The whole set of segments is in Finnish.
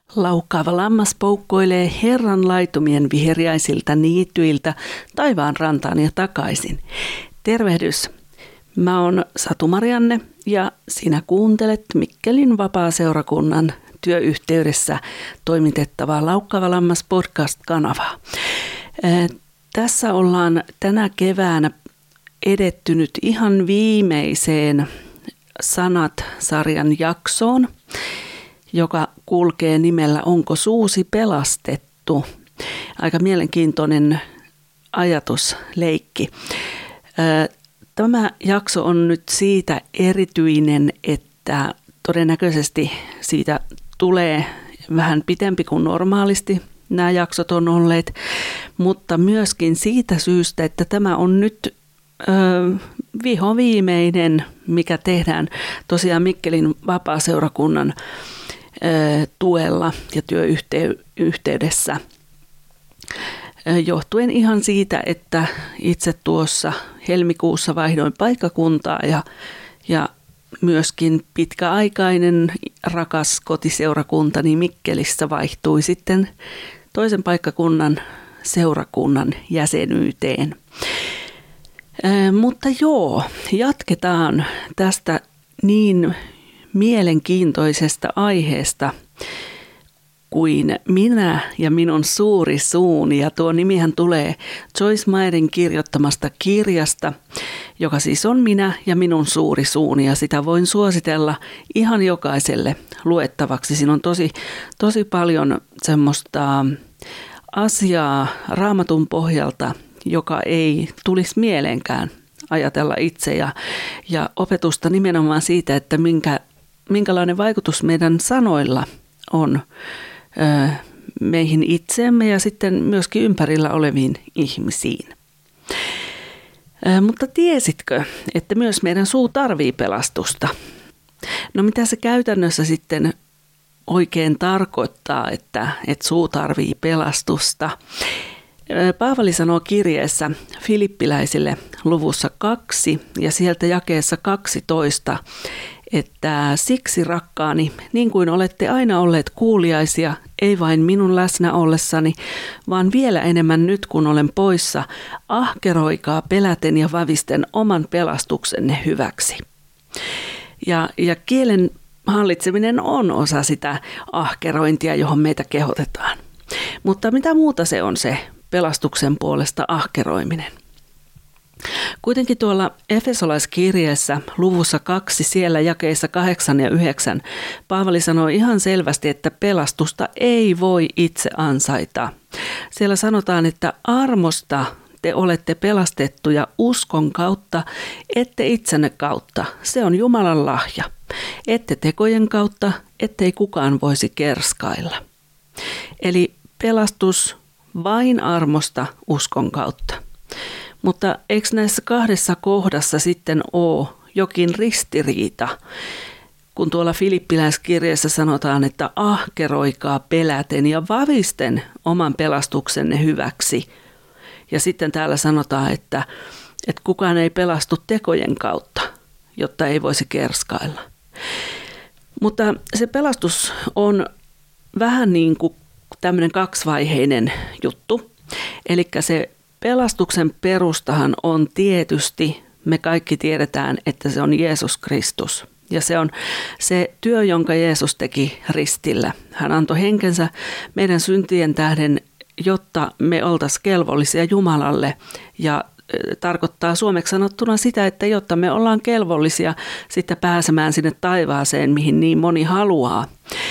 Laukkaava lammas poukkoilee Herran laitumien viheriäisiltä niityiltä taivaan rantaan ja takaisin. Tervehdys! Mä oon Satu Marianne ja sinä kuuntelet Mikkelin vapaaseurakunnan työyhteydessä toimitettavaa Laukkaava lammas podcast-kanavaa. Tässä ollaan tänä keväänä edetty nyt ihan viimeiseen Sanat-sarjan jaksoon, joka kulkee nimellä Onko suusi pelastettu? Aika mielenkiintoinen ajatusleikki. Tämä jakso on nyt siitä erityinen, että todennäköisesti siitä tulee vähän pitempi kuin normaalisti nämä jaksot on olleet, mutta myöskin siitä syystä, että tämä on nyt vihoviimeinen, mikä tehdään tosiaan Mikkelin vapaaseurakunnan tuella ja työyhteydessä. Johtuen ihan siitä, että itse tuossa helmikuussa vaihdoin paikkakuntaa ja myöskin pitkäaikainen rakas kotiseurakuntani Mikkelissä vaihtui sitten toisen paikkakunnan seurakunnan jäsenyyteen. Mutta jatketaan tästä niin mielenkiintoisesta aiheesta kuin Minä ja minun suuri suuni. Ja tuo nimihän tulee Joyce Meyerin kirjoittamasta kirjasta, joka siis on Minä ja minun suuri suuni. Ja sitä voin suositella ihan jokaiselle luettavaksi. Siinä on tosi paljon semmoista asiaa Raamatun pohjalta, joka ei tulisi mieleenkään ajatella itse. Ja opetusta nimenomaan siitä, että minkälainen vaikutus meidän sanoilla on meihin itseemme ja sitten myöskin ympärillä oleviin ihmisiin. Mutta tiesitkö, että myös meidän suu tarvii pelastusta? No mitä se käytännössä sitten oikein tarkoittaa, että suu tarvii pelastusta? Paavali sanoo kirjeessä Filippiläisille luvussa 2 ja sieltä jakeessa 12, että siksi rakkaani, niin kuin olette aina olleet kuuliaisia, ei vain minun läsnä ollessani, vaan vielä enemmän nyt kun olen poissa, ahkeroikaa peläten ja vavisten oman pelastuksenne hyväksi. Ja kielen hallitseminen on osa sitä ahkerointia, johon meitä kehotetaan. Mutta mitä muuta se on se pelastuksen puolesta ahkeroiminen? Kuitenkin tuolla Efesolaiskirjeessä luvussa 2 siellä jakeissa 8 ja 9 Paavali sanoi ihan selvästi, että pelastusta ei voi itse ansaita. Siellä sanotaan, että armosta te olette pelastettuja uskon kautta, ette itsenne kautta. Se on Jumalan lahja. Ette tekojen kautta, ettei kukaan voisi kerskailla. Eli pelastus vain armosta uskon kautta. Mutta eikö näissä kahdessa kohdassa sitten ole jokin ristiriita, kun tuolla Filippiläiskirjeessä sanotaan, että ahkeroikaa peläten ja vavisten oman pelastuksenne hyväksi. Ja sitten täällä sanotaan, että kukaan ei pelastu tekojen kautta, jotta ei voisi kerskailla. Mutta se pelastus on vähän niin kuin tämmöinen kaksivaiheinen juttu, eli se pelastuksen perustahan on tietysti, me kaikki tiedetään, että se on Jeesus Kristus. Ja se on se työ, jonka Jeesus teki ristillä. Hän antoi henkensä meidän syntien tähden, jotta me oltaisiin kelvollisia Jumalalle. Ja tarkoittaa suomeksi sanottuna sitä, että jotta me ollaan kelvollisia sitten pääsemään sinne taivaaseen, mihin niin moni haluaa.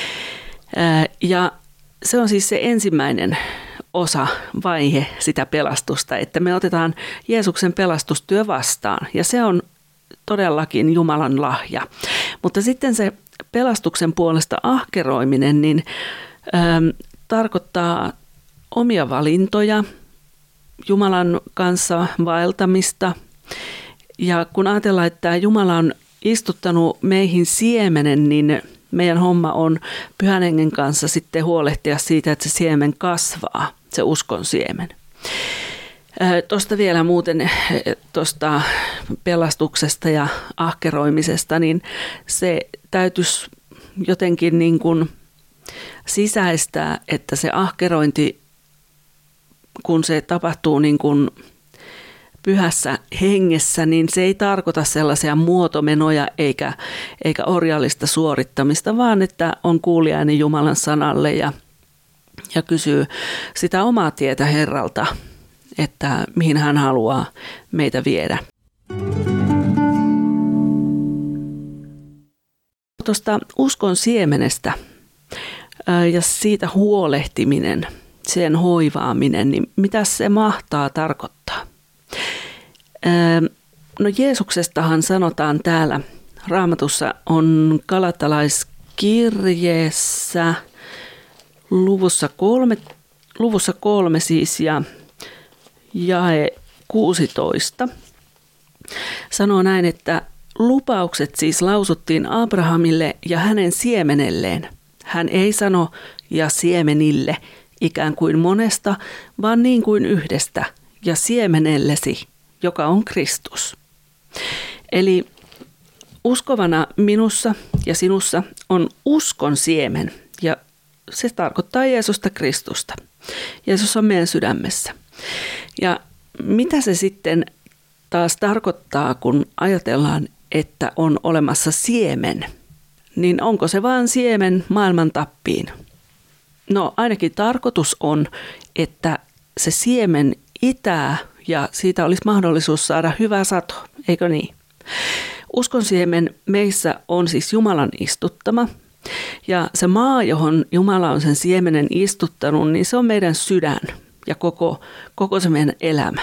Ja se on siis se ensimmäinen vaihe sitä pelastusta, että me otetaan Jeesuksen pelastustyö vastaan ja se on todellakin Jumalan lahja. Mutta sitten se pelastuksen puolesta ahkeroiminen niin tarkoittaa omia valintoja, Jumalan kanssa vaeltamista ja kun ajatellaan, että Jumala on istuttanut meihin siemenen, niin meidän homma on Pyhän Hengen kanssa sitten huolehtia siitä, että se siemen kasvaa, se uskon siemen. Tuosta vielä muuten tuosta pelastuksesta ja ahkeroimisesta, niin se täytyisi jotenkin niin kuin sisäistää, että se ahkerointi, kun se tapahtuu niin kuin pyhässä hengessä, niin se ei tarkoita sellaisia muotomenoja eikä orjallista suorittamista, vaan että on kuuliainen Jumalan sanalle ja kysyy sitä omaa tietä Herralta, että mihin hän haluaa meitä viedä. Tuosta uskon siemenestä ja siitä huolehtiminen, sen hoivaaminen, niin mitä se mahtaa tarkoittaa? No Jeesuksestahan sanotaan täällä Raamatussa on Galatalaiskirjeessä luvussa 3 siis ja jae 16. Sanoo näin, että lupaukset siis lausuttiin Abrahamille ja hänen siemenelleen. Hän ei sano ja siemenille ikään kuin monesta, vaan niin kuin yhdestä ja siemenellesi, joka on Kristus. Eli uskovana minussa ja sinussa on uskon siemen ja se tarkoittaa Jeesusta Kristusta. Jeesus on meidän sydämessä. Ja mitä se sitten taas tarkoittaa, kun ajatellaan, että on olemassa siemen, niin onko se vain siemen maailman tappiin? No ainakin tarkoitus on, että se siemen itää ja siitä olisi mahdollisuus saada hyvä sato, eikö niin? Uskon siemen meissä on siis Jumalan istuttama ja se maa, johon Jumala on sen siemenen istuttanut, niin se on meidän sydän ja koko se meidän elämä.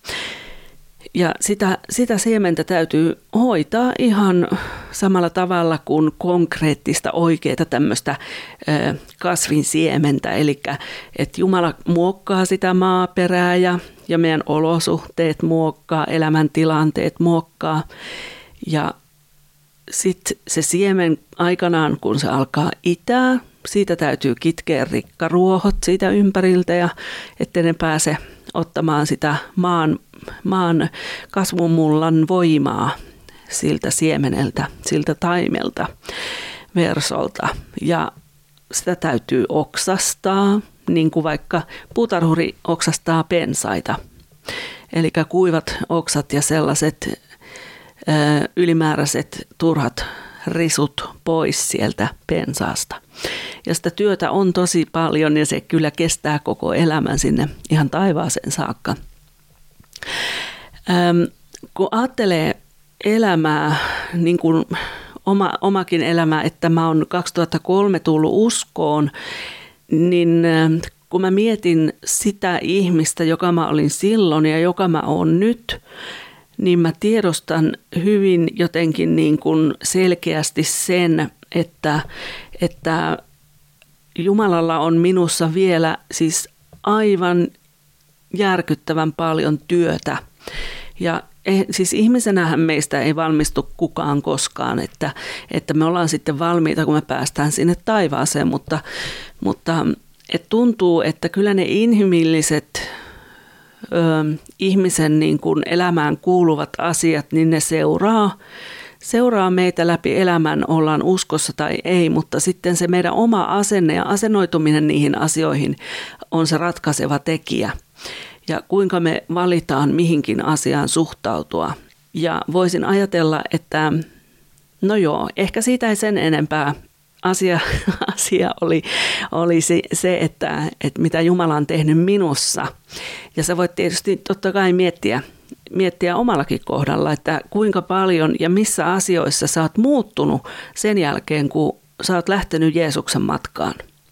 Ja sitä siementä täytyy hoitaa ihan samalla tavalla kuin konkreettista oikeaa tämmöistä kasvin siementä. Eli että Jumala muokkaa sitä maaperää ja meidän olosuhteet muokkaa, elämäntilanteet muokkaa. Ja sitten se siemen aikanaan, kun se alkaa itää, siitä täytyy kitkeä rikkaruohot siitä ympäriltä ja ettei ne pääse ottamaan sitä maan kasvumullan voimaa siltä siemeneltä, siltä taimelta, versolta. Ja sitä täytyy oksastaa, niin kuin vaikka puutarhuri oksastaa pensaita. Eli kuivat oksat ja sellaiset ylimääräiset turhat risut pois sieltä pensaasta. Ja sitä työtä on tosi paljon ja se kyllä kestää koko elämän sinne ihan taivaaseen saakka. Kun ajattelee elämää, niin kuin omakin elämä, että mä oon 2003 tullut uskoon, niin kun mä mietin sitä ihmistä, joka mä olin silloin ja joka mä oon nyt, niin mä tiedostan hyvin jotenkin niin kuin selkeästi sen, että Jumalalla on minussa vielä siis aivan järkyttävän paljon työtä. Ja siis ihmisenähän meistä ei valmistu kukaan koskaan, että me ollaan sitten valmiita, kun me päästään sinne taivaaseen, mutta tuntuu, että kyllä ne inhimilliset ihmisen niin kuin elämään kuuluvat asiat, niin ne seuraa meitä läpi elämän, ollaan uskossa tai ei, mutta sitten se meidän oma asenne ja asennoituminen niihin asioihin on se ratkaiseva tekijä. Ja kuinka me valitaan mihinkin asiaan suhtautua. Ja voisin ajatella, että no joo, ehkä siitä ei sen enempää. Asia oli se että mitä Jumala on tehnyt minussa. Ja sä voit tietysti totta kai miettiä omallakin kohdalla, että kuinka paljon ja missä asioissa sä oot muuttunut sen jälkeen, kun sä oot lähtenyt Jeesuksen matkaan.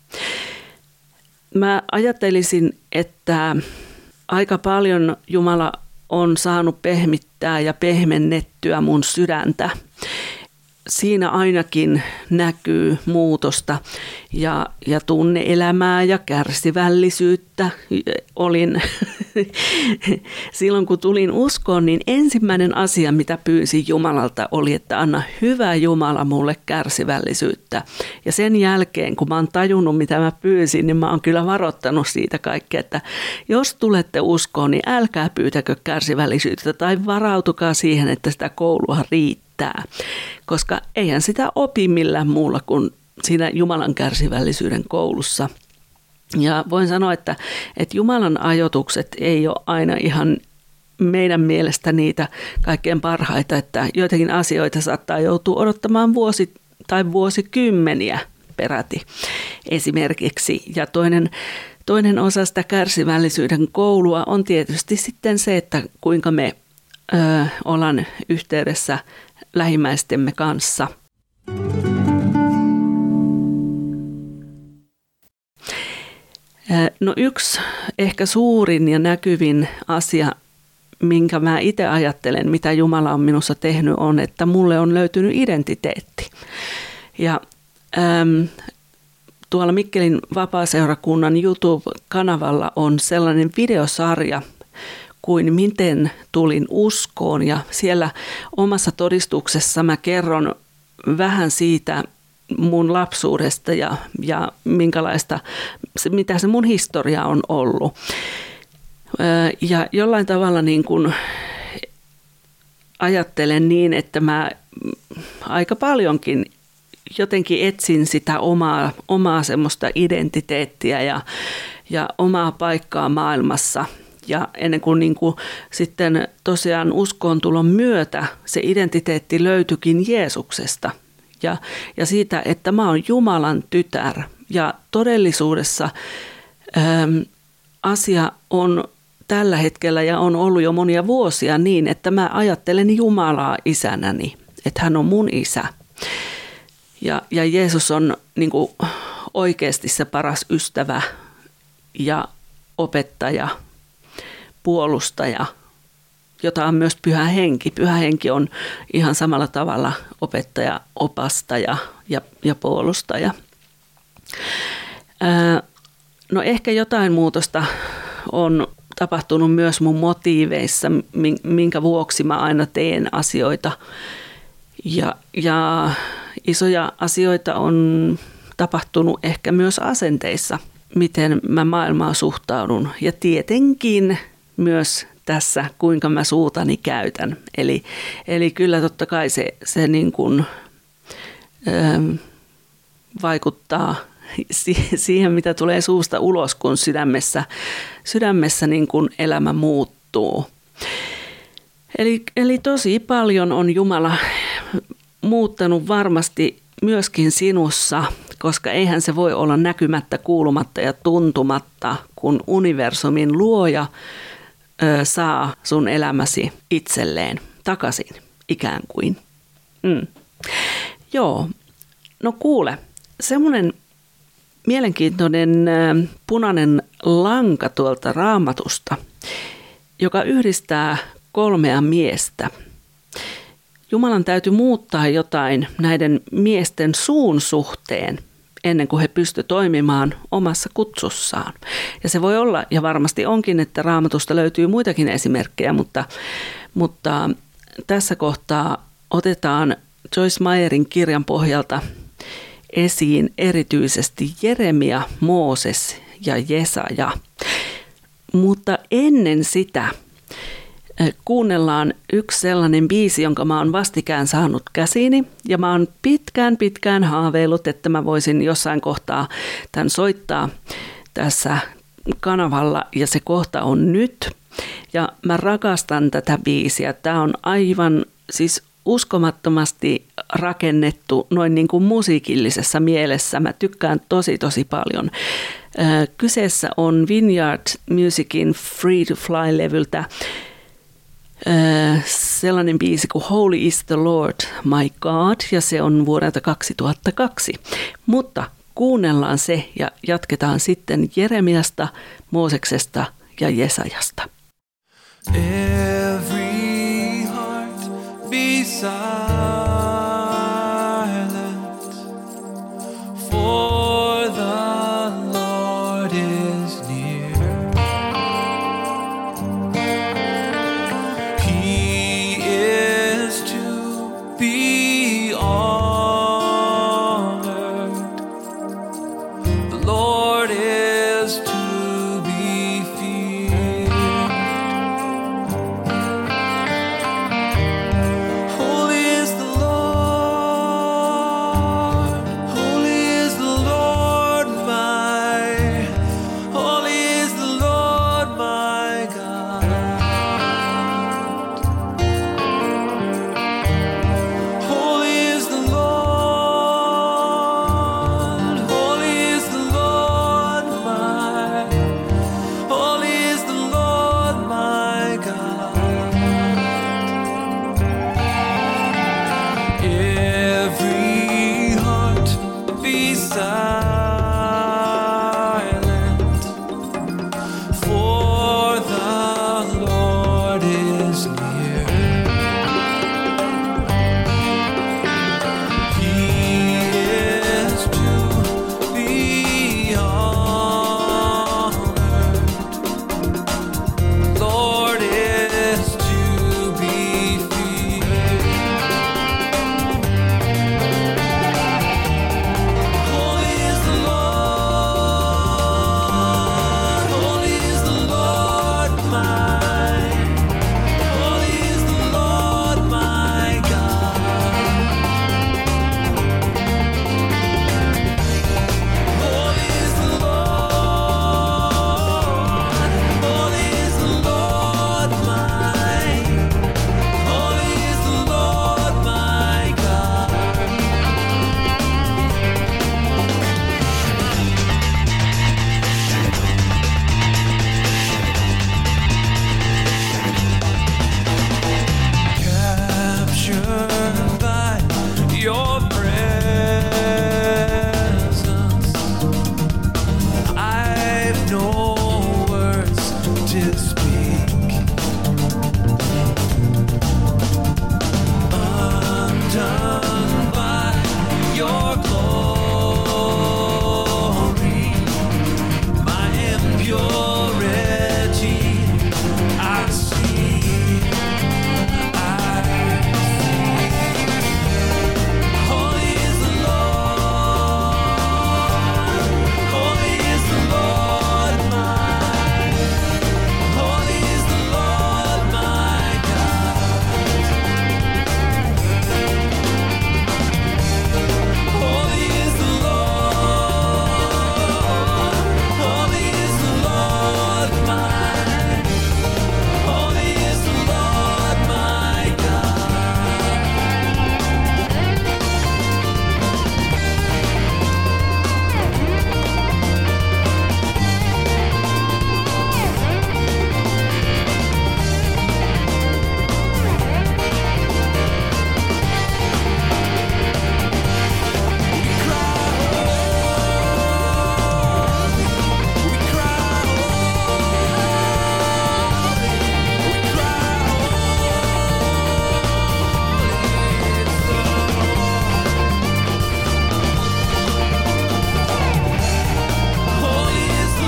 Mä ajattelisin, että aika paljon Jumala on saanut pehmittää ja pehmennettyä mun sydäntä. Siinä ainakin näkyy muutosta ja tunne-elämää ja kärsivällisyyttä. Olin silloin kun tulin uskoon, niin ensimmäinen asia mitä pyysin Jumalalta oli, että anna hyvä Jumala mulle kärsivällisyyttä. Ja sen jälkeen kun mä oon tajunnut mitä mä pyysin, niin mä oon kyllä varoittanut siitä kaikkea, että jos tulette uskoon, niin älkää pyytäkö kärsivällisyyttä tai varautukaa siihen, että sitä koulua riittää. Koska eihän sitä opi millään muulla kuin siinä Jumalan kärsivällisyyden koulussa. Ja voin sanoa, että Jumalan ajoitukset ei ole aina ihan meidän mielestä niitä kaikkein parhaita, että joitakin asioita saattaa joutua odottamaan vuosi tai vuosikymmeniä peräti esimerkiksi. Ja toinen osa sitä kärsivällisyyden koulua on tietysti sitten se, että kuinka me ollaan yhteydessä lähimmäistemme kanssa. No yksi ehkä suurin ja näkyvin asia, minkä mä itse ajattelen, mitä Jumala on minussa tehnyt, on, että mulle on löytynyt identiteetti. Ja tuolla Mikkelin vapaaseurakunnan YouTube-kanavalla on sellainen videosarja kuin Miten tulin uskoon. Ja siellä omassa todistuksessa mä kerron vähän siitä mun lapsuudesta ja minkälaista, mitä se mun historia on ollut. Ja jollain tavalla niin kuin ajattelen että mä aika paljonkin jotenkin etsin sitä omaa semmoista identiteettiä ja omaa paikkaa maailmassa. Ja ennen kuin, sitten tosiaan uskoontulon myötä se identiteetti löytyikin Jeesuksesta ja siitä, että mä oon Jumalan tytär. Ja todellisuudessa asia on tällä hetkellä ja on ollut jo monia vuosia niin, että mä ajattelen Jumalaa isänäni, että hän on mun isä. Ja Jeesus on niin kuin oikeasti se paras ystävä ja opettaja, puolustaja, jota on myös Pyhä Henki. Pyhä Henki on ihan samalla tavalla opettaja, opastaja ja puolustaja. No ehkä jotain muutosta on tapahtunut myös mun motiiveissa, minkä vuoksi mä aina teen asioita. Ja isoja asioita on tapahtunut ehkä myös asenteissa, miten mä maailmaan suhtaudun. Ja tietenkin myös tässä, kuinka mä suutani käytän. Eli kyllä totta kai se niin kuin, vaikuttaa siihen, mitä tulee suusta ulos, kun sydämessä niin kuin elämä muuttuu. Eli tosi paljon on Jumala muuttanut varmasti myöskin sinussa, koska eihän se voi olla näkymättä, kuulumatta ja tuntumatta, kun universumin luoja saa sun elämäsi itselleen takaisin ikään kuin. Joo, no kuule, semmoinen mielenkiintoinen punainen lanka tuolta Raamatusta, joka yhdistää 3 miestä. Jumalan täytyy muuttaa jotain näiden miesten suun suhteen ennen kuin he pystyvät toimimaan omassa kutsussaan. Ja se voi olla, ja varmasti onkin, että Raamatusta löytyy muitakin esimerkkejä, mutta tässä kohtaa otetaan Joyce Meyerin kirjan pohjalta esiin erityisesti Jeremia, Mooses ja Jesaja. Mutta ennen sitä kuunnellaan yksi sellainen biisi, jonka mä oon vastikään saanut käsiini. Ja mä oon pitkään haaveillut, että mä voisin jossain kohtaa tämän soittaa tässä kanavalla. Ja se kohta on nyt. Ja mä rakastan tätä biisiä. Tää on aivan siis uskomattomasti rakennettu noin niin kuin musiikillisessa mielessä. Mä tykkään tosi paljon. Kyseessä on Vineyard Musicin Free to Fly-levyltä sellainen biisi kuin Holy is the Lord my God, ja se on vuodelta 2002. Mutta kuunnellaan se ja jatketaan sitten Jeremiasta, Mooseksesta ja Jesajasta. Every heart be silent, for the Lord is near. He is to be honored. The Lord is to be feared. Holy is the silent, for the Lord is near. He is to be honored. Lord is to be feared. Holy is the Lord. Holy is the Lord mine. Holy is the Lord my God. Holy is the Lord. Holy is the Lord mine. Holy is the Lord my God. Captured by your presence, I've no words to speak. Undone by your glory, my impurity I see. Holy is the Lord. Holy is the Lord mine. Holy is the Lord my God. Holy is the Lord. Holy is the Lord mine. Holy is the Lord my God. Holy is the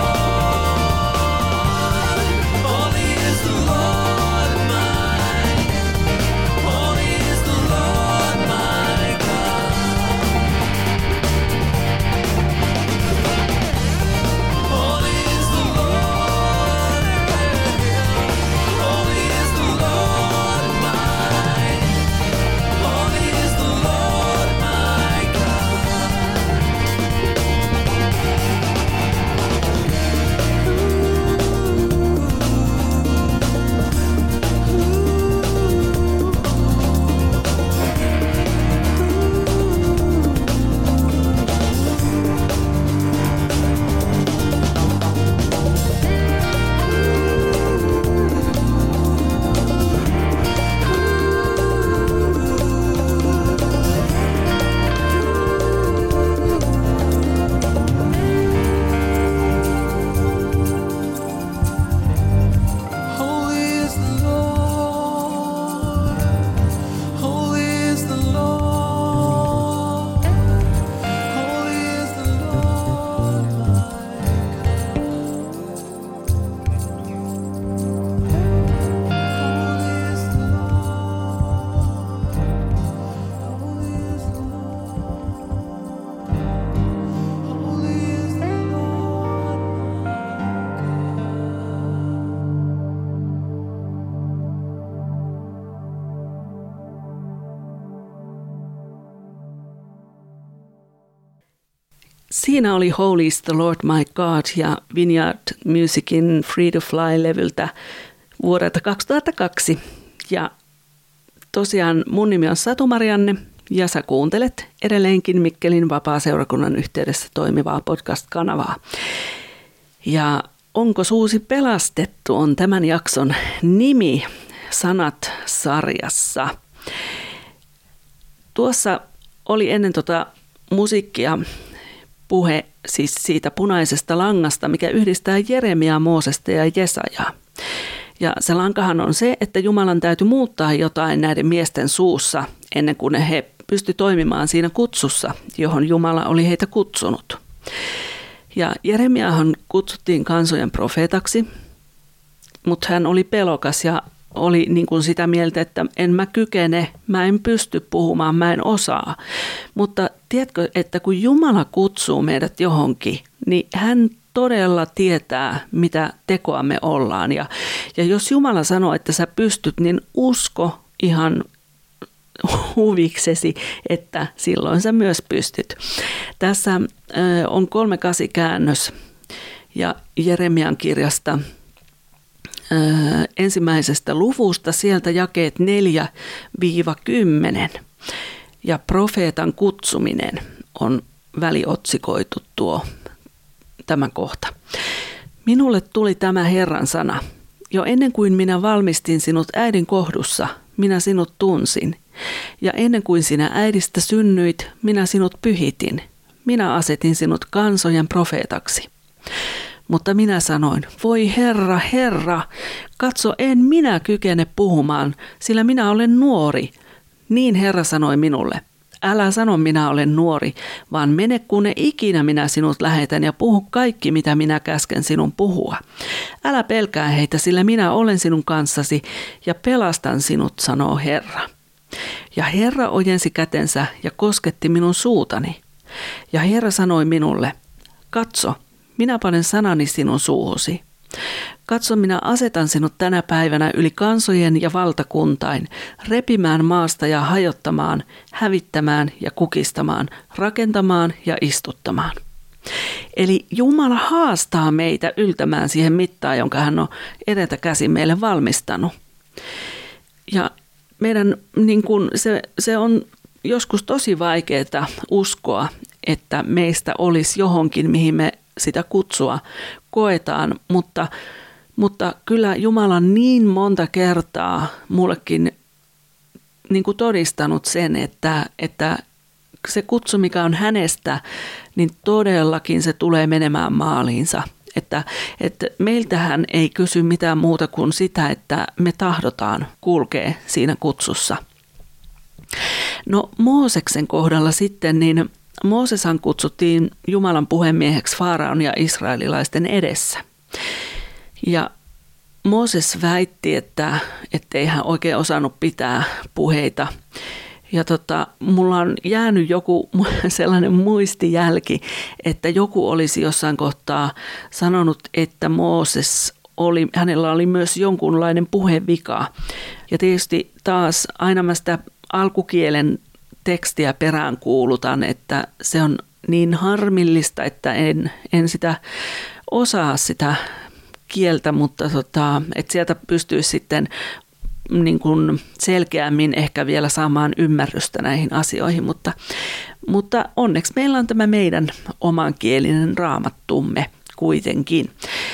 Lord. Holy is the Lord mine. Holy is the Lord my God. Holy is the Lord. Holy is the Lord mine. Holy is the Lord my God. Holy is the Lord. Holy is the Lord. Holy is the Lord my God. Holy is the Lord. Holy is the Lord. Holy is the Lord my Siinä oli Holy is the Lord my God ja Vineyard Musicin Free to Fly-levyltä vuodelta 2002. Ja tosiaan mun nimi on Satu Marianne ja sä kuuntelet edelleenkin Mikkelin vapaaseurakunnan yhteydessä toimivaa podcast-kanavaa. Ja Onko suusi pelastettu on tämän jakson nimi Sanat-sarjassa. Tuossa oli ennen musiikkia puhe siis siitä punaisesta langasta, mikä yhdistää Jeremiaa, Moosesta ja Jesajaa. Ja se lankahan on se, että Jumalan täytyy muuttaa jotain näiden miesten suussa ennen kuin he pysty toimimaan siinä kutsussa, johon Jumala oli heitä kutsunut. Ja Jeremiahan kutsuttiin kansojen profeetaksi, mutta hän oli pelokas ja oli niin kuin sitä mieltä, että en mä kykene, mä en pysty puhumaan, mä en osaa. Mutta tiedätkö, että kun Jumala kutsuu meidät johonkin, niin hän todella tietää, mitä tekoa me ollaan. Ja jos Jumala sanoo, että sä pystyt, niin usko ihan huviksesi, että silloin sä myös pystyt. Tässä on 3:8 käännös ja Jeremian kirjasta ensimmäisestä luvusta, sieltä jakeet 4-10. Ja profeetan kutsuminen on väliotsikoitu tämä kohta. Minulle tuli tämä Herran sana. Jo ennen kuin minä valmistin sinut äidin kohdussa, minä sinut tunsin. Ja ennen kuin sinä äidistä synnyit, minä sinut pyhitin. Minä asetin sinut kansojen profeetaksi. Mutta minä sanoin, voi Herra, Herra, katso, en minä kykene puhumaan, sillä minä olen nuori. Niin Herra sanoi minulle, älä sano minä olen nuori, vaan mene kunne ikinä minä sinut lähetän ja puhu kaikki, mitä minä käsken sinun puhua. Älä pelkää heitä, sillä minä olen sinun kanssasi ja pelastan sinut, sanoo Herra. Ja Herra ojensi kätensä ja kosketti minun suutani. Ja Herra sanoi minulle, katso, minä panen sanani sinun suuhusi. Katso, minä asetan sinut tänä päivänä yli kansojen ja valtakuntain, repimään maasta ja hajottamaan, hävittämään ja kukistamaan, rakentamaan ja istuttamaan. Eli Jumala haastaa meitä yltämään siihen mittaan, jonka hän on edeltä käsin meille valmistanut. Ja meidän, se on joskus tosi vaikeaa uskoa, että meistä olisi johonkin, mihin me sitä kutsua koetaan, mutta kyllä Jumala on niin monta kertaa mullekin niin kuin todistanut sen, että se kutsu, mikä on hänestä, niin todellakin se tulee menemään maaliinsa. Että meiltähän ei kysy mitään muuta kuin sitä, että me tahdotaan kulkea siinä kutsussa. No Mooseksen kohdalla sitten, niin Mooseshan kutsuttiin Jumalan puhemieheksi Faaraon ja israelilaisten edessä. Ja Mooses väitti, että ei hän oikein osannut pitää puheita. Ja mulla on jäänyt joku sellainen muistijälki, että joku olisi jossain kohtaa sanonut, että hänellä oli myös jonkunlainen puhevika. Ja tietysti taas aina mä sitä alkukielen tekstiä peräänkuulutan, että se on niin harmillista, että en sitä osaa sitä kieltä, mutta että sieltä pystyy sitten niin kuin selkeämmin ehkä vielä saamaan ymmärrystä näihin asioihin, mutta onneksi meillä on tämä meidän omankielinen raamattumme kuitenkin.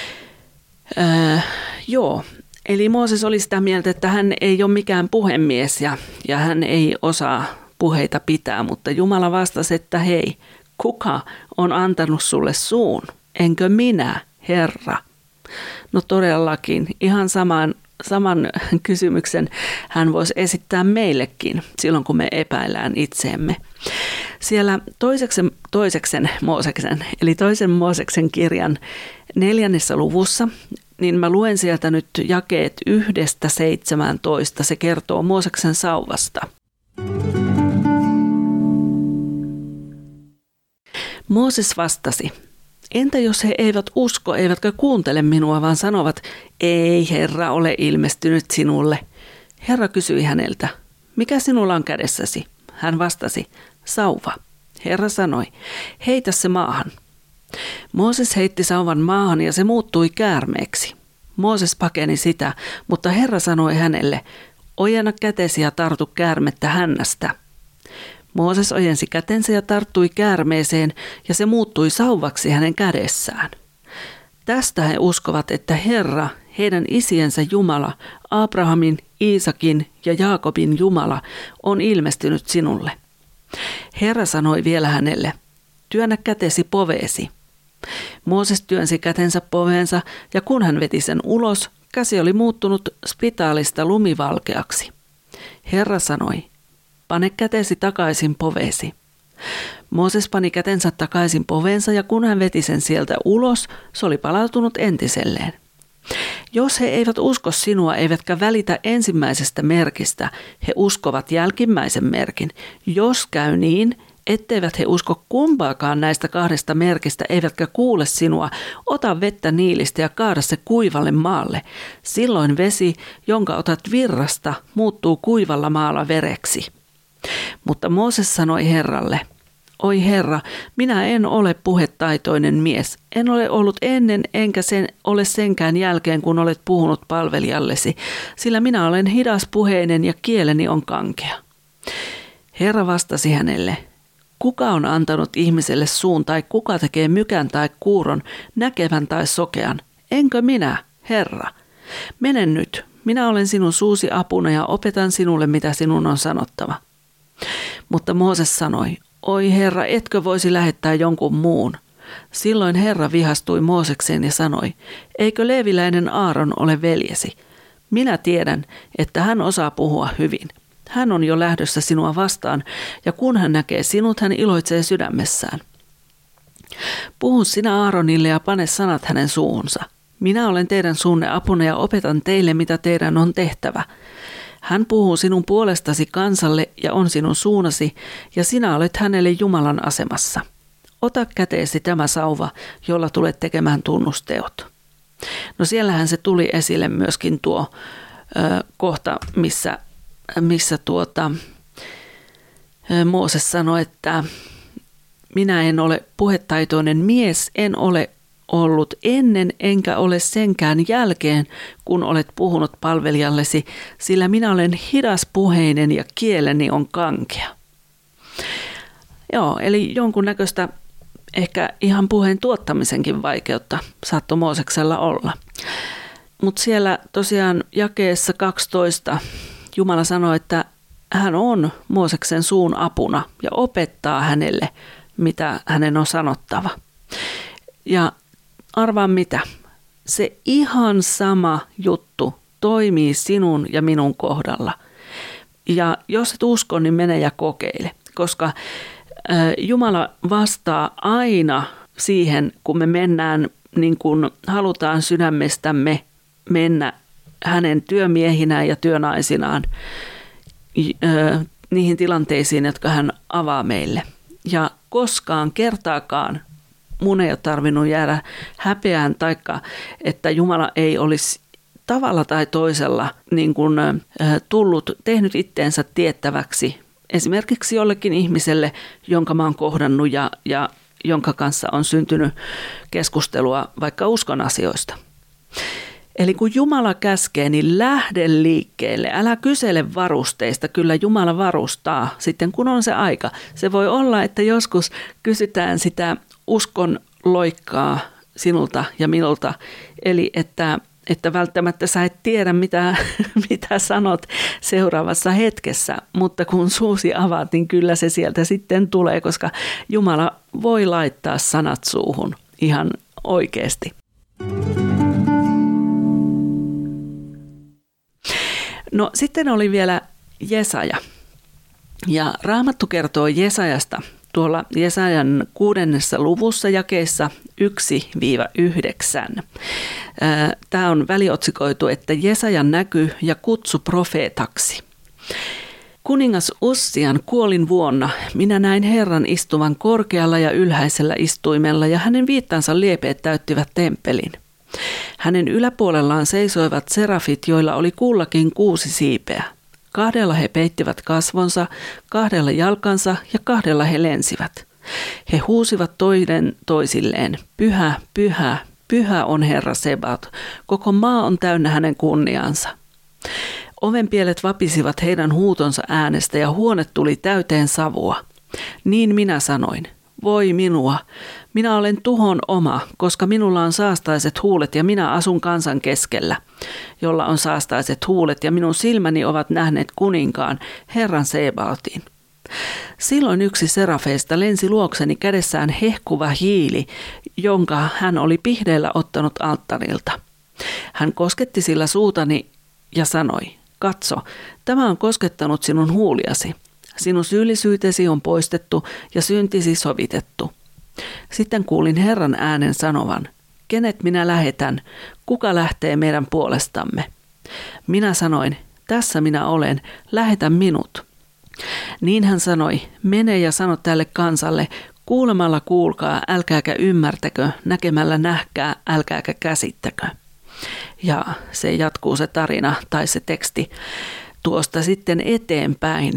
Eli Mooses oli sitä mieltä, että hän ei ole mikään puhemies ja hän ei osaa puheita pitää, mutta Jumala vastasi, että hei, kuka on antanut sulle suun? Enkö minä, Herra? No todellakin, ihan saman kysymyksen hän voisi esittää meillekin silloin, kun me epäillään itseemme. Siellä toisen Mooseksen kirjan 4. luvussa, niin mä luen sieltä nyt jakeet 1-17. Se kertoo Mooseksen sauvasta. Mooses vastasi, entä jos he eivät usko, eivätkä kuuntele minua, vaan sanovat, ei Herra ole ilmestynyt sinulle. Herra kysyi häneltä, mikä sinulla on kädessäsi? Hän vastasi, sauva. Herra sanoi, heitä se maahan. Mooses heitti sauvan maahan ja se muuttui käärmeeksi. Mooses pakeni sitä, mutta Herra sanoi hänelle, ojenna kätesi ja tartu käärmettä hännästä. Mooses ojensi kätensä ja tarttui käärmeeseen ja se muuttui sauvaksi hänen kädessään. Tästä he uskovat, että Herra, heidän isiensä Jumala, Abrahamin, Iisakin ja Jaakobin Jumala, on ilmestynyt sinulle. Herra sanoi vielä hänelle, työnnä kätesi poveesi. Mooses työnsi kätensä poveensa, ja kun hän veti sen ulos, käsi oli muuttunut spitaalista lumivalkeaksi. Herra sanoi, pane kätesi takaisin poveesi. Mooses pani kätensä takaisin poveensa, ja kun hän veti sen sieltä ulos, se oli palautunut entiselleen. Jos he eivät usko sinua eivätkä välitä ensimmäisestä merkistä, he uskovat jälkimmäisen merkin. Jos käy niin, etteivät he usko kumpaakaan näistä kahdesta merkistä eivätkä kuule sinua, ota vettä niilistä ja kaada se kuivalle maalle. Silloin vesi, jonka otat virrasta, muuttuu kuivalla maalla vereksi. Mutta Mooses sanoi Herralle, oi Herra, minä en ole puhetaitoinen mies. En ole ollut ennen enkä ole senkään jälkeen, kun olet puhunut palvelijallesi, sillä minä olen hidas puheinen ja kieleni on kankea. Herra vastasi hänelle, kuka on antanut ihmiselle suun tai kuka tekee mykän tai kuuron, näkevän tai sokean? Enkö minä, Herra? Mene nyt, minä olen sinun suusi apuna ja opetan sinulle, mitä sinun on sanottava. Mutta Mooses sanoi, oi Herra, etkö voisi lähettää jonkun muun? Silloin Herra vihastui Moosekseen ja sanoi, eikö leeviläinen Aaron ole veljesi? Minä tiedän, että hän osaa puhua hyvin. Hän on jo lähdössä sinua vastaan, ja kun hän näkee sinut, hän iloitsee sydämessään. Puhu sinä Aaronille ja pane sanat hänen suuhunsa. Minä olen teidän suunne apuna ja opetan teille, mitä teidän on tehtävä. Hän puhuu sinun puolestasi kansalle ja on sinun suunasi, ja sinä olet hänelle Jumalan asemassa. Ota käteesi tämä sauva, jolla tulet tekemään tunnusteot. No siellähän se tuli esille myöskin tuo kohta, missä Mooses sanoi, että minä en ole puhetaitoinen mies, en ole ollut ennen enkä ole senkään jälkeen, kun olet puhunut palvelijallesi, sillä minä olen hidas puheinen ja kieleni on kankea. Joo, eli jonkunnäköistä ehkä ihan puheen tuottamisenkin vaikeutta saattoi Mooseksella olla. Mutta siellä tosiaan jakeessa 12 Jumala sanoi, että hän on Mooseksen suun apuna ja opettaa hänelle, mitä hänen on sanottava. Ja arvaa mitä, se ihan sama juttu toimii sinun ja minun kohdalla. Ja jos et usko, niin mene ja kokeile, koska Jumala vastaa aina siihen, kun me mennään niin kuin halutaan sydämestämme mennä hänen työmiehinään ja työnaisinaan niihin tilanteisiin, jotka hän avaa meille. Ja koskaan, kertaakaan mun ei ole tarvinnut jäädä häpeään, taikka että Jumala ei olisi tavalla tai toisella niin kuin, tehnyt itteensä tiettäväksi esimerkiksi jollekin ihmiselle, jonka mä oon kohdannut ja jonka kanssa on syntynyt keskustelua vaikka uskon asioista. Eli kun Jumala käskee, niin lähde liikkeelle. Älä kysele varusteista. Kyllä Jumala varustaa sitten, kun on se aika. Se voi olla, että joskus kysytään sitä uskon loikkaa sinulta ja minulta. Eli että välttämättä sä et tiedä, mitä sanot seuraavassa hetkessä. Mutta kun suusi avaat, niin kyllä se sieltä sitten tulee, koska Jumala voi laittaa sanat suuhun ihan oikeasti. No sitten oli vielä Jesaja. Ja Raamattu kertoo Jesajasta tuolla Jesajan 6. luvussa jakeessa 1-9. Tämä on väliotsikoitu, että Jesajan näky ja kutsu profeetaksi. Kuningas Ussian kuolin vuonna minä näin Herran istuvan korkealla ja ylhäisellä istuimella ja hänen viittansa liepeet täyttivät temppelin. Hänen yläpuolellaan seisoivat serafit, joilla oli kullakin 6 siipeä. 2 he peittivät kasvonsa, 2 jalkansa ja 2 he lensivät. He huusivat toinen toisilleen, pyhä, pyhä, pyhä on Herra Sebaot, koko maa on täynnä hänen kunniansa. Ovenpielet vapisivat heidän huutonsa äänestä ja huone tuli täyteen savua. Niin minä sanoin, voi minua, minä olen tuhon oma, koska minulla on saastaiset huulet ja minä asun kansan keskellä, jolla on saastaiset huulet ja minun silmäni ovat nähneet kuninkaan, Herran Sebaotin. Silloin yksi serafeista lensi luokseni kädessään hehkuva hiili, jonka hän oli pihdeillä ottanut alttarilta. Hän kosketti sillä suutani ja sanoi, katso, tämä on koskettanut sinun huuliasi. Sinun syyllisyytesi on poistettu ja syntisi sovitettu. Sitten kuulin Herran äänen sanovan, kenet minä lähetän, kuka lähtee meidän puolestamme? Minä sanoin, tässä minä olen, lähetä minut. Niin hän sanoi, mene ja sano tälle kansalle, kuulemalla kuulkaa, älkääkä ymmärtäkö, näkemällä nähkää, älkääkä käsittäkö. Ja se jatkuu se tarina tai se teksti tuosta sitten eteenpäin.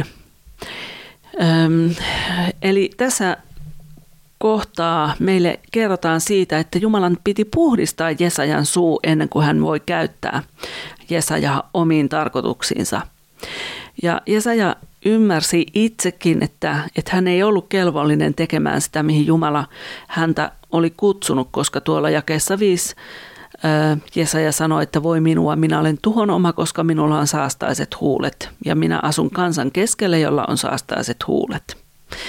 Eli tässä kohtaa meille kerrotaan siitä, että Jumalan piti puhdistaa Jesajan suu ennen kuin hän voi käyttää Jesajaa omiin tarkoituksiinsa. Ja Jesaja ymmärsi itsekin, että hän ei ollut kelvollinen tekemään sitä, mihin Jumala häntä oli kutsunut, koska tuolla jakeessa 5 Jesaja sanoi, että voi minua, minä olen tuhon oma, koska minulla on saastaiset huulet ja minä asun kansan keskelle, jolla on saastaiset huulet.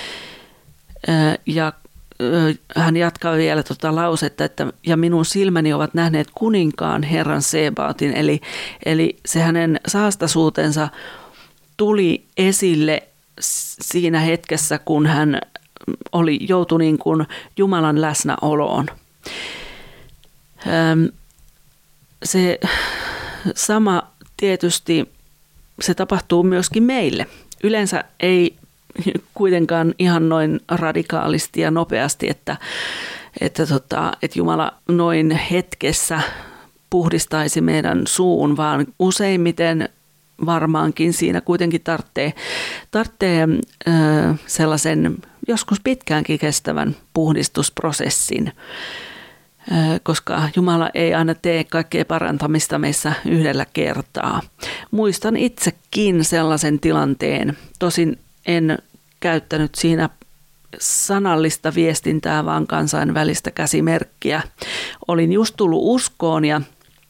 Ja hän jatkaa vielä tuota lausetta, että ja minun silmäni ovat nähneet kuninkaan Herran Sebaotin, eli se hänen saastaisuutensa tuli esille siinä hetkessä, kun hän joutui niin kuin Jumalan läsnäoloon. Se sama tietysti se tapahtuu myöskin meille. Yleensä ei kuitenkaan ihan noin radikaalisti ja nopeasti, että Jumala noin hetkessä puhdistaisi meidän suun, vaan useimmiten varmaankin siinä kuitenkin tarvitsee sellaisen joskus pitkäänkin kestävän puhdistusprosessin, koska Jumala ei aina tee kaikkea parantamista meissä yhdellä kertaa. Muistan itsekin sellaisen tilanteen, tosin en käyttänyt siinä sanallista viestintää, vaan kansainvälistä käsimerkkiä. Olin just tullut uskoon ja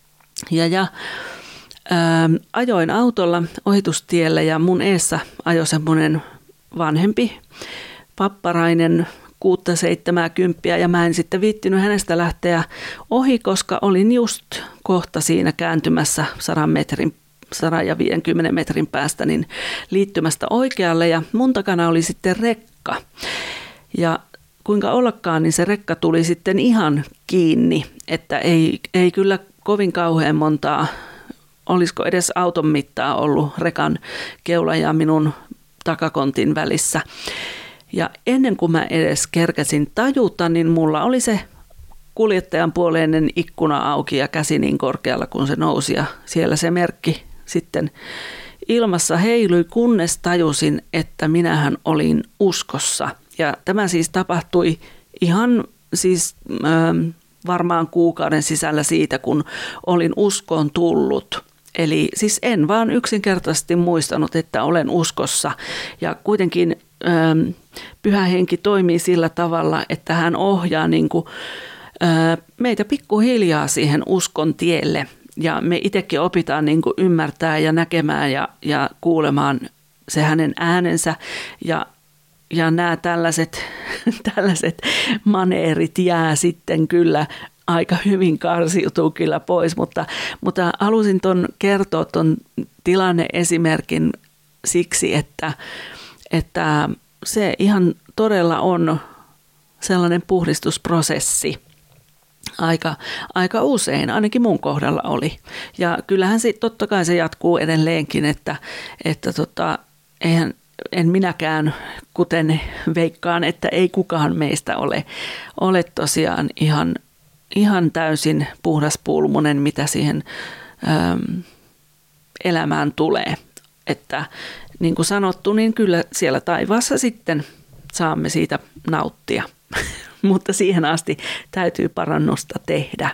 ajoin autolla ohitustielle ja mun eessä ajoi semmoinen vanhempi papparainen 6-70 ja mä en sitten viittinyt hänestä lähteä ohi, koska olin just kohta siinä kääntymässä 150 metrin päästä niin liittymästä oikealle ja mun takana oli sitten rekka. Ja kuinka ollakaan, niin se rekka tuli sitten ihan kiinni, että ei kyllä kovin kauhean montaa, olisiko edes auton mittaa ollut rekan keula ja minun takakontin välissä. Ja ennen kuin mä edes kerkäsin tajuta, niin mulla oli se kuljettajan puoleinen ikkuna auki ja käsi niin korkealla, kun se nousi ja siellä se merkki sitten ilmassa heilui, kunnes tajusin, että minähän olin uskossa. Ja tämä siis tapahtui ihan siis varmaan kuukauden sisällä siitä, kun olin uskoon tullut. Eli siis en vaan yksinkertaisesti muistanut, että olen uskossa ja kuitenkin Pyhä Henki toimii sillä tavalla, että hän ohjaa niin kuin, meitä pikkuhiljaa siihen uskon tielle ja me itsekin opitaan niin kuin ymmärtää ja näkemään ja kuulemaan se hänen äänensä ja nämä tällaiset maneerit jää sitten kyllä aika hyvin karsiutuu kyllä pois, mutta halusin kertoa ton tilanneesimerkin siksi, että se ihan todella on sellainen puhdistusprosessi. Aika usein, ainakin mun kohdalla oli. Ja kyllähän totta kai se jatkuu edelleenkin, että en minäkään, kuten veikkaan, että ei kukaan meistä ole tosiaan ihan täysin puhdaspulmunen, mitä siihen elämään tulee. Että niin kuin sanottu, niin kyllä siellä taivaassa sitten saamme siitä nauttia, mutta siihen asti täytyy parannusta tehdä.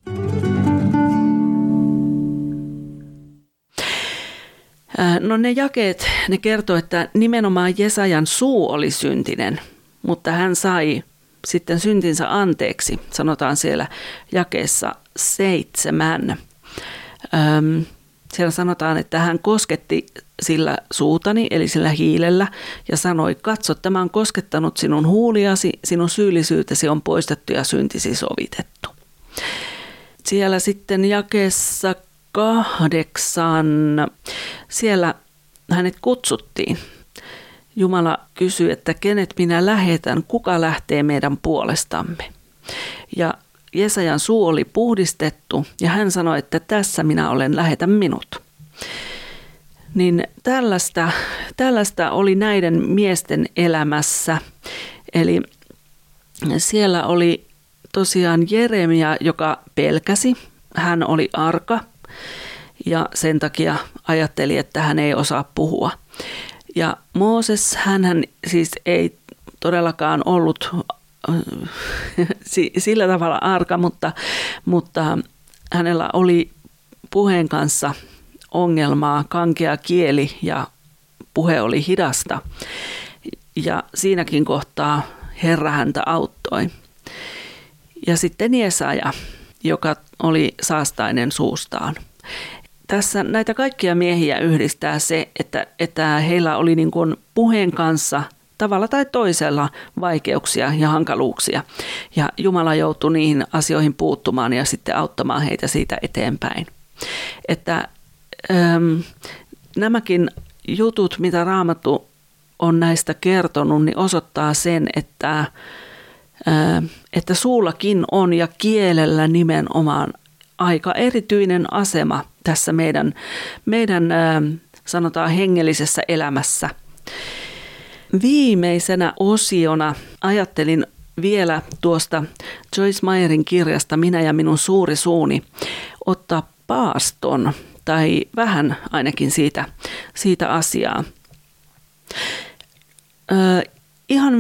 No ne jakeet, ne kertoo, että nimenomaan Jesajan suu oli syntinen, mutta hän sai sitten syntinsä anteeksi, sanotaan siellä jakeessa 7. Siellä sanotaan, että hän kosketti sillä suutani, eli sillä hiilellä, ja sanoi, katso, tämä on koskettanut sinun huuliasi, sinun syyllisyytesi on poistettu ja syntisi sovitettu. Siellä sitten jakeessa 8, siellä hänet kutsuttiin. Jumala kysyi, että kenet minä lähetän, kuka lähtee meidän puolestamme. Ja Jesajan suu oli puhdistettu ja hän sanoi, että tässä minä olen, lähetä minut. Niin tällaista oli näiden miesten elämässä. Eli siellä oli tosiaan Jeremia, joka pelkäsi. Hän oli arka ja sen takia ajatteli, että hän ei osaa puhua. Ja Mooses, hän siis ei todellakaan ollut sillä tavalla arka, mutta hänellä oli puheen kanssa ongelmaa, kankea kieli ja puhe oli hidasta. Ja siinäkin kohtaa Herra häntä auttoi. Ja sitten Jesaja, joka oli saastainen suustaan. Tässä näitä kaikkia miehiä yhdistää se, että heillä oli niin kuin puheen kanssa tavalla tai toisella vaikeuksia ja hankaluuksia. Ja Jumala joutui niihin asioihin puuttumaan ja sitten auttamaan heitä siitä eteenpäin. Että nämäkin jutut, mitä Raamattu on näistä kertonut, niin osoittaa sen, että suullakin on ja kielellä nimenomaan aika erityinen asema tässä meidän sanotaan hengellisessä elämässä. Viimeisenä osiona ajattelin vielä tuosta Joyce Meyerin kirjasta Minä ja minun suuri suuni ottaa paaston tai vähän ainakin siitä asiaa. Ihan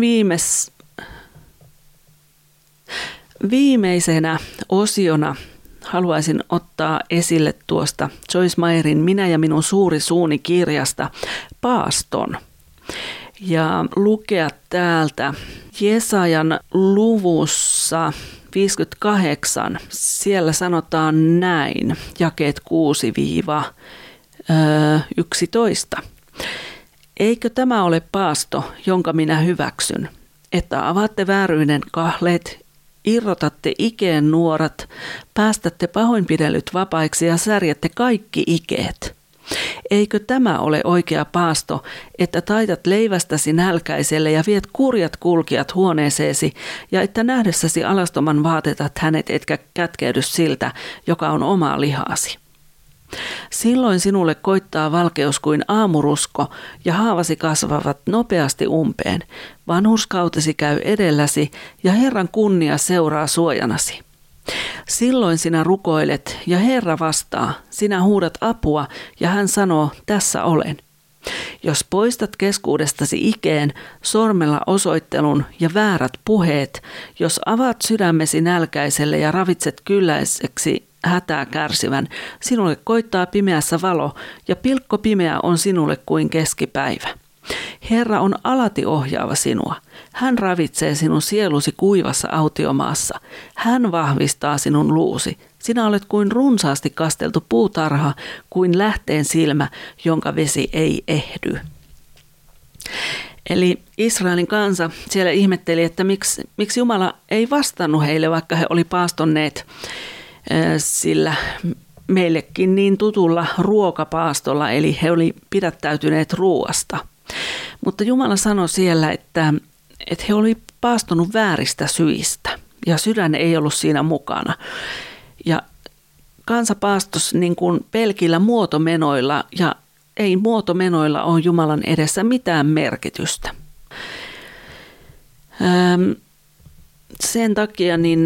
viimeisenä osiona haluaisin ottaa esille tuosta Joyce Meyerin Minä ja minun suuri suuni kirjasta paaston ja lukea täältä Jesajan luvussa 58. Siellä sanotaan näin, jakeet 6-11. Eikö tämä ole paasto, jonka minä hyväksyn, että avaatte vääryyden kahleet, irrotatte ikeen nuorat, päästätte pahoinpidellyt vapaiksi ja särjätte kaikki ikeet? Eikö tämä ole oikea paasto, että taitat leivästäsi nälkäiselle ja viet kurjat kulkijat huoneeseesi, ja että nähdessäsi alastoman vaatetat hänet etkä kätkeydy siltä, joka on omaa lihaasi? Silloin sinulle koittaa valkeus kuin aamurusko, ja haavasi kasvavat nopeasti umpeen. Vanhurskautesi käy edelläsi, ja Herran kunnia seuraa suojanasi. Silloin sinä rukoilet, ja Herra vastaa. Sinä huudat apua, ja hän sanoo, tässä olen. Jos poistat keskuudestasi ikeen, sormella osoittelun ja väärät puheet, jos avaat sydämesi nälkäiselle ja ravitset kylläiseksi hätää kärsivän, sinulle koittaa pimeässä valo, ja pilkko pimeä on sinulle kuin keskipäivä. Herra on alati ohjaava sinua. Hän ravitsee sinun sielusi kuivassa autiomaassa. Hän vahvistaa sinun luusi. Sinä olet kuin runsaasti kasteltu puutarha, kuin lähteen silmä, jonka vesi ei ehdy. Eli Israelin kansa siellä ihmetteli, että miksi Jumala ei vastannut heille, vaikka he oli paastonneet sillä meillekin niin tutulla ruokapaastolla, eli he oli pidättäytyneet ruoasta. Mutta Jumala sanoi siellä, että he oli paastonut vääristä syistä ja sydän ei ollut siinä mukana. Ja kansa paastos niin kuin pelkillä muotomenoilla ja ei muotomenoilla ole Jumalan edessä mitään merkitystä. Sen takia niin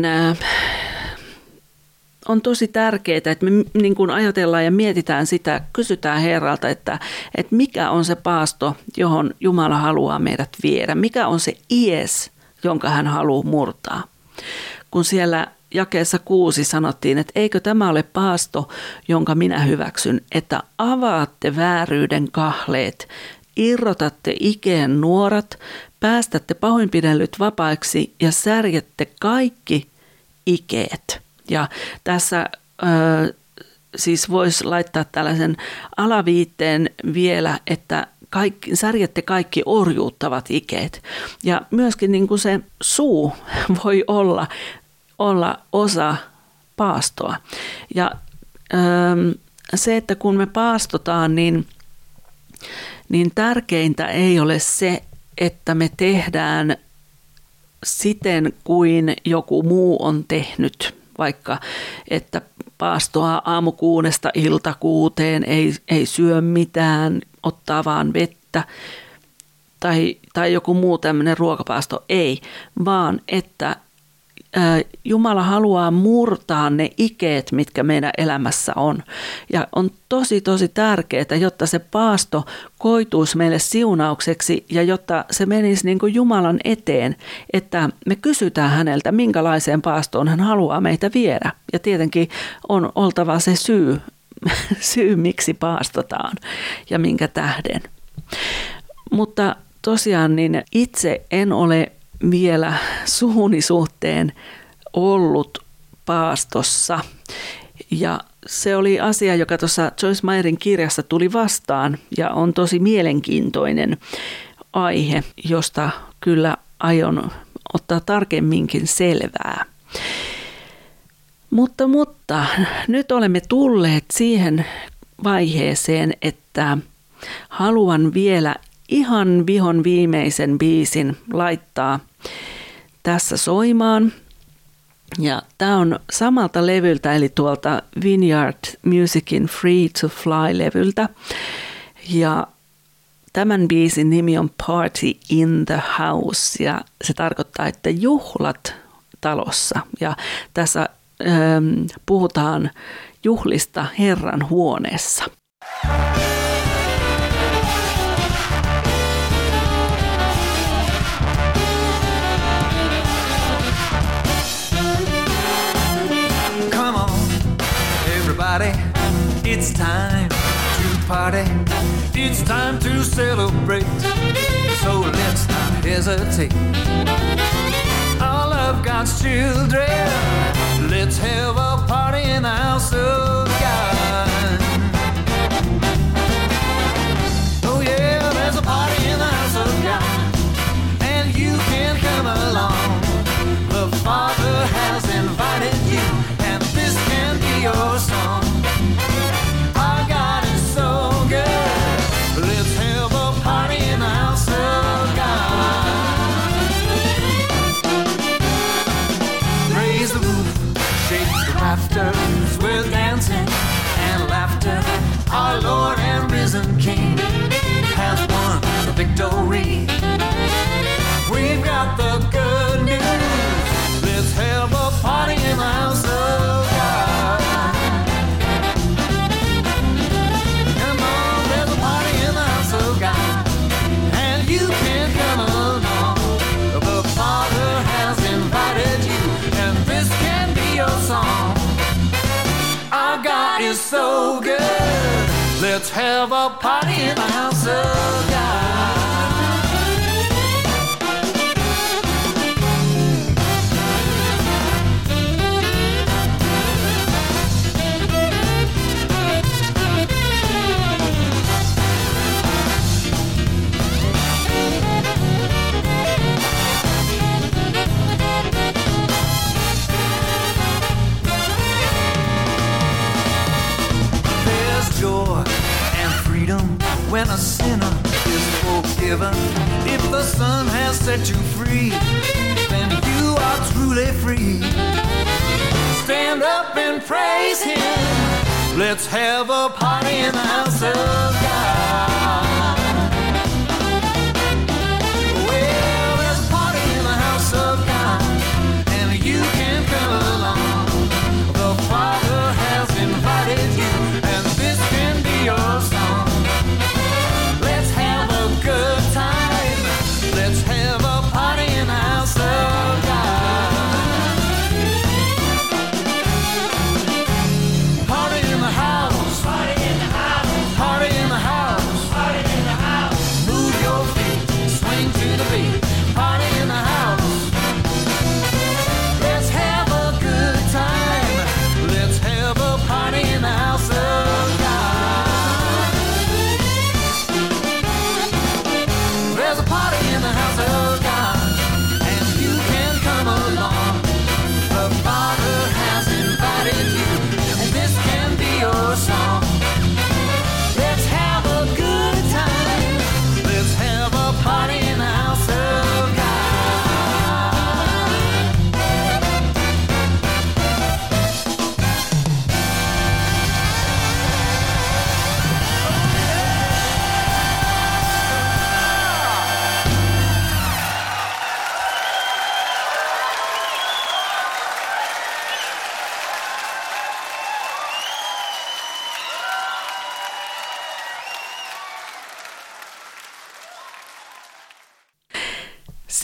on tosi tärkeää, että me niin kuin ajatellaan ja mietitään sitä, kysytään Herralta, että mikä on se paasto, johon Jumala haluaa meidät viedä. Mikä on se ies, jonka hän haluaa murtaa. Kun siellä jakeessa 6 sanottiin, että eikö tämä ole paasto, jonka minä hyväksyn, että avaatte vääryyden kahleet, irrotatte ikeen nuorat, päästätte pahoinpidellyt vapaiksi ja särjette kaikki ikeet. Ja tässä siis voisi laittaa tällaisen alaviitteen vielä, että särjette kaikki orjuuttavat ikeet. Ja myöskin niin kuin se suu voi olla osa paastoa. Ja se, että kun me paastotaan, niin tärkeintä ei ole se, että me tehdään siten kuin joku muu on tehnyt, vaikka että paastoa aamukuudesta iltakuuteen, ei syö mitään, ottaa vaan vettä tai joku muu tämmöinen ruokapaasto, ei, vaan että Jumala haluaa murtaa ne ikeet, mitkä meidän elämässä on. Ja on tosi, tosi tärkeää, jotta se paasto koituisi meille siunaukseksi ja jotta se menisi niin kuin Jumalan eteen, että me kysytään häneltä, minkälaiseen paastoon hän haluaa meitä viedä. Ja tietenkin on oltava se syy miksi paastotaan ja minkä tähden. Mutta tosiaan niin itse en ole vielä suuni suhteen ollut paastossa. Ja se oli asia, joka tuossa Joyce Meyerin kirjassa tuli vastaan ja on tosi mielenkiintoinen aihe, josta kyllä aion ottaa tarkemminkin selvää. Mutta nyt olemme tulleet siihen vaiheeseen, että haluan vielä ihan vihon viimeisen biisin laittaa tässä soimaan. Ja tämä on samalta levyltä, eli tuolta Vineyard Musicin Free to Fly-levyltä. Ja tämän biisin nimi on Party in the House, ja se tarkoittaa, että juhlat talossa. Ja tässä puhutaan juhlista Herran huoneessa. It's time to party. It's time to celebrate. So let's not hesitate. All of God's children, let's have a party in the house of God. Oh yeah, there's a party in the house of God, and you can come along. The Father has invited you, and this can be your song. With dancing and laughter, our Lord and risen King has won the victory. We've got the good news. Let's have a party in the house of God. Come on, there's a party in the house of God, and you can come along. The Father has invited you, and this can be your song. Our God is so good. Let's have a party in the house of God. When a sinner is forgiven, if the Son has set you free, then you are truly free. Stand up and praise Him. Let's have a party in the house of God. Well, there's a party in the house of God, and you can come along. The Father has invited you, and this can be your song. Good time. Let's have a party in the house of God. Party in the house. Party in the house. Party in the house. Party in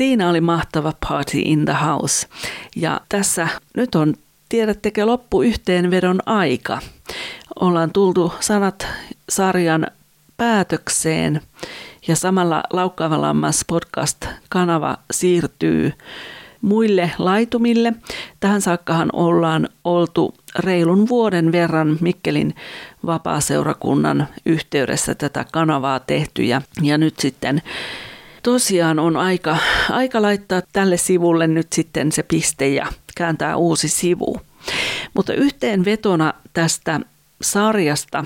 Siinä oli mahtava Party in the House. Ja tässä nyt on, tiedättekö, loppuyhteenvedon aika. Ollaan tultu Sanat-sarjan päätökseen ja samalla Laukkaava Lammas podcast-kanava siirtyy muille laitumille. Tähän saakkahan ollaan oltu reilun vuoden verran Mikkelin vapaaseurakunnan yhteydessä tätä kanavaa tehty ja nyt sitten tosiaan on aika laittaa tälle sivulle nyt sitten se piste ja kääntää uusi sivu. Mutta yhteenvetona tästä sarjasta,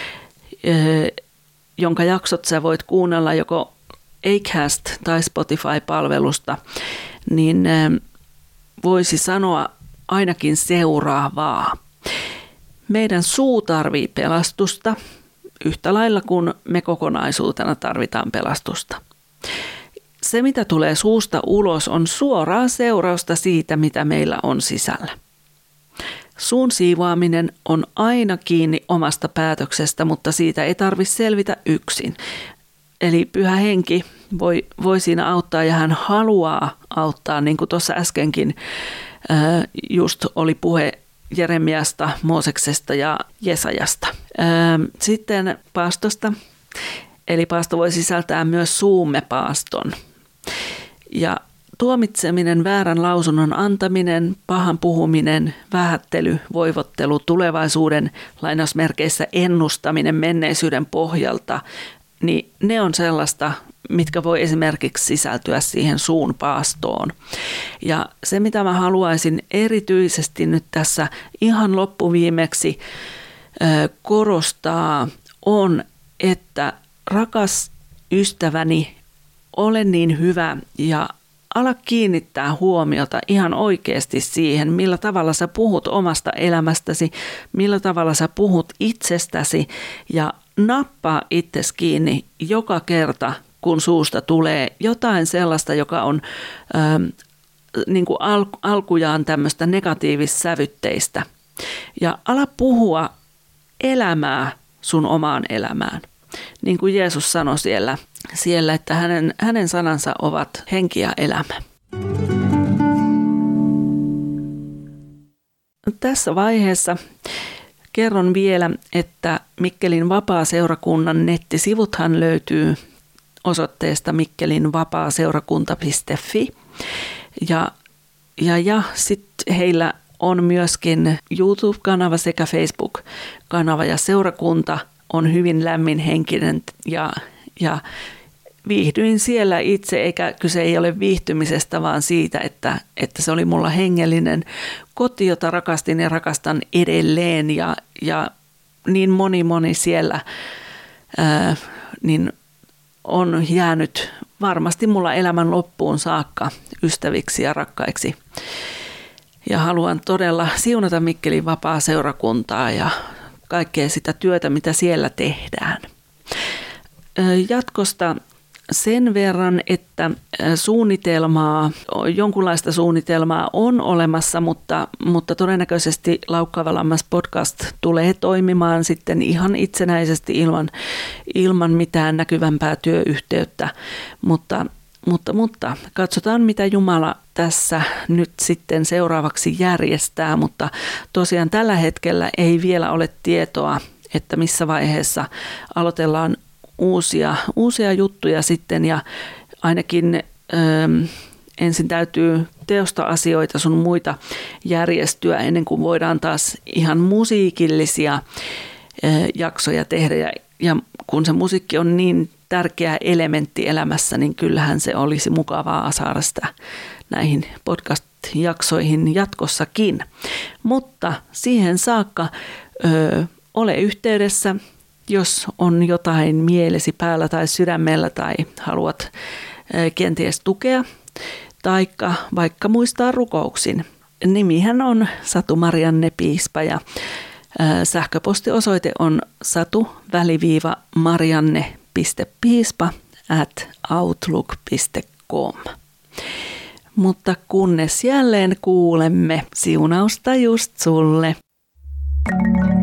jonka jaksot sä voit kuunnella joko Acast tai Spotify-palvelusta, niin voisi sanoa ainakin seuraavaa. Meidän suu tarvii pelastusta yhtä lailla kuin me kokonaisuutena tarvitaan pelastusta. Se, mitä tulee suusta ulos, on suoraa seurausta siitä, mitä meillä on sisällä. Suun siivoaminen on aina kiinni omasta päätöksestä, mutta siitä ei tarvitse selvitä yksin. Eli Pyhä Henki voi siinä auttaa ja hän haluaa auttaa, niin kuin tuossa äskenkin just oli puhe Jeremiasta, Mooseksesta ja Jesajasta. Sitten paastosta. Eli paasto voi sisältää myös suumme paaston. Ja tuomitseminen, väärän lausunnon antaminen, pahan puhuminen, vähättely, voivottelu, tulevaisuuden lainausmerkeissä ennustaminen menneisyyden pohjalta, niin ne on sellaista, mitkä voi esimerkiksi sisältyä siihen suun paastoon. Ja se, mitä mä haluaisin erityisesti nyt tässä ihan loppuviimeksi korostaa, on, että rakas ystäväni, ole niin hyvä ja ala kiinnittää huomiota ihan oikeasti siihen, millä tavalla sä puhut omasta elämästäsi, millä tavalla sä puhut itsestäsi ja nappaa itsesi kiinni joka kerta, kun suusta tulee jotain sellaista, joka on niin kuin alkujaan tämmöistä negatiivissävytteistä. Ja ala puhua elämää sun omaan elämään. Niin kuin Jeesus sanoi siellä, että hänen sanansa ovat henki ja elämä. Tässä vaiheessa kerron vielä, että Mikkelin vapaaseurakunnan nettisivuthan löytyy osoitteesta mikkelinvapaaseurakunta.fi ja sitten heillä on myöskin YouTube-kanava sekä Facebook-kanava ja seurakunta on hyvin lämminhenkinen ja viihdyin siellä itse, eikä kyse ei ole viihtymisestä, vaan siitä, että se oli mulla hengellinen koti, jota rakastin ja rakastan edelleen ja niin moni siellä niin on jäänyt varmasti mulla elämän loppuun saakka ystäviksi ja rakkaiksi. Ja haluan todella siunata Mikkelin vapaaseurakuntaa ja kaikkea sitä työtä, mitä siellä tehdään. Jatkosta sen verran, että jonkunlaista suunnitelmaa on olemassa, mutta todennäköisesti Laukkaava Lammas podcast tulee toimimaan sitten ihan itsenäisesti ilman mitään näkyvämpää työyhteyttä, mutta katsotaan, mitä Jumala tässä nyt sitten seuraavaksi järjestää, mutta tosiaan tällä hetkellä ei vielä ole tietoa, että missä vaiheessa aloitellaan uusia juttuja sitten ja ainakin ensin täytyy teosta-asioita sun muita järjestyä ennen kuin voidaan taas ihan musiikillisia jaksoja tehdä ja kun se musiikki on niin tärkeä elementti elämässä, niin kyllähän se olisi mukavaa saada sitä näihin podcast-jaksoihin jatkossakin. Mutta siihen saakka ole yhteydessä, jos on jotain mielesi päällä tai sydämellä tai haluat kenties tukea, taikka vaikka muistaa rukouksin. Nimihän on Satu Marianne Piispa ja sähköpostiosoite on satu-marianne.piispa@outlook.com. Mutta kunnes jälleen kuulemme, siunausta just sulle.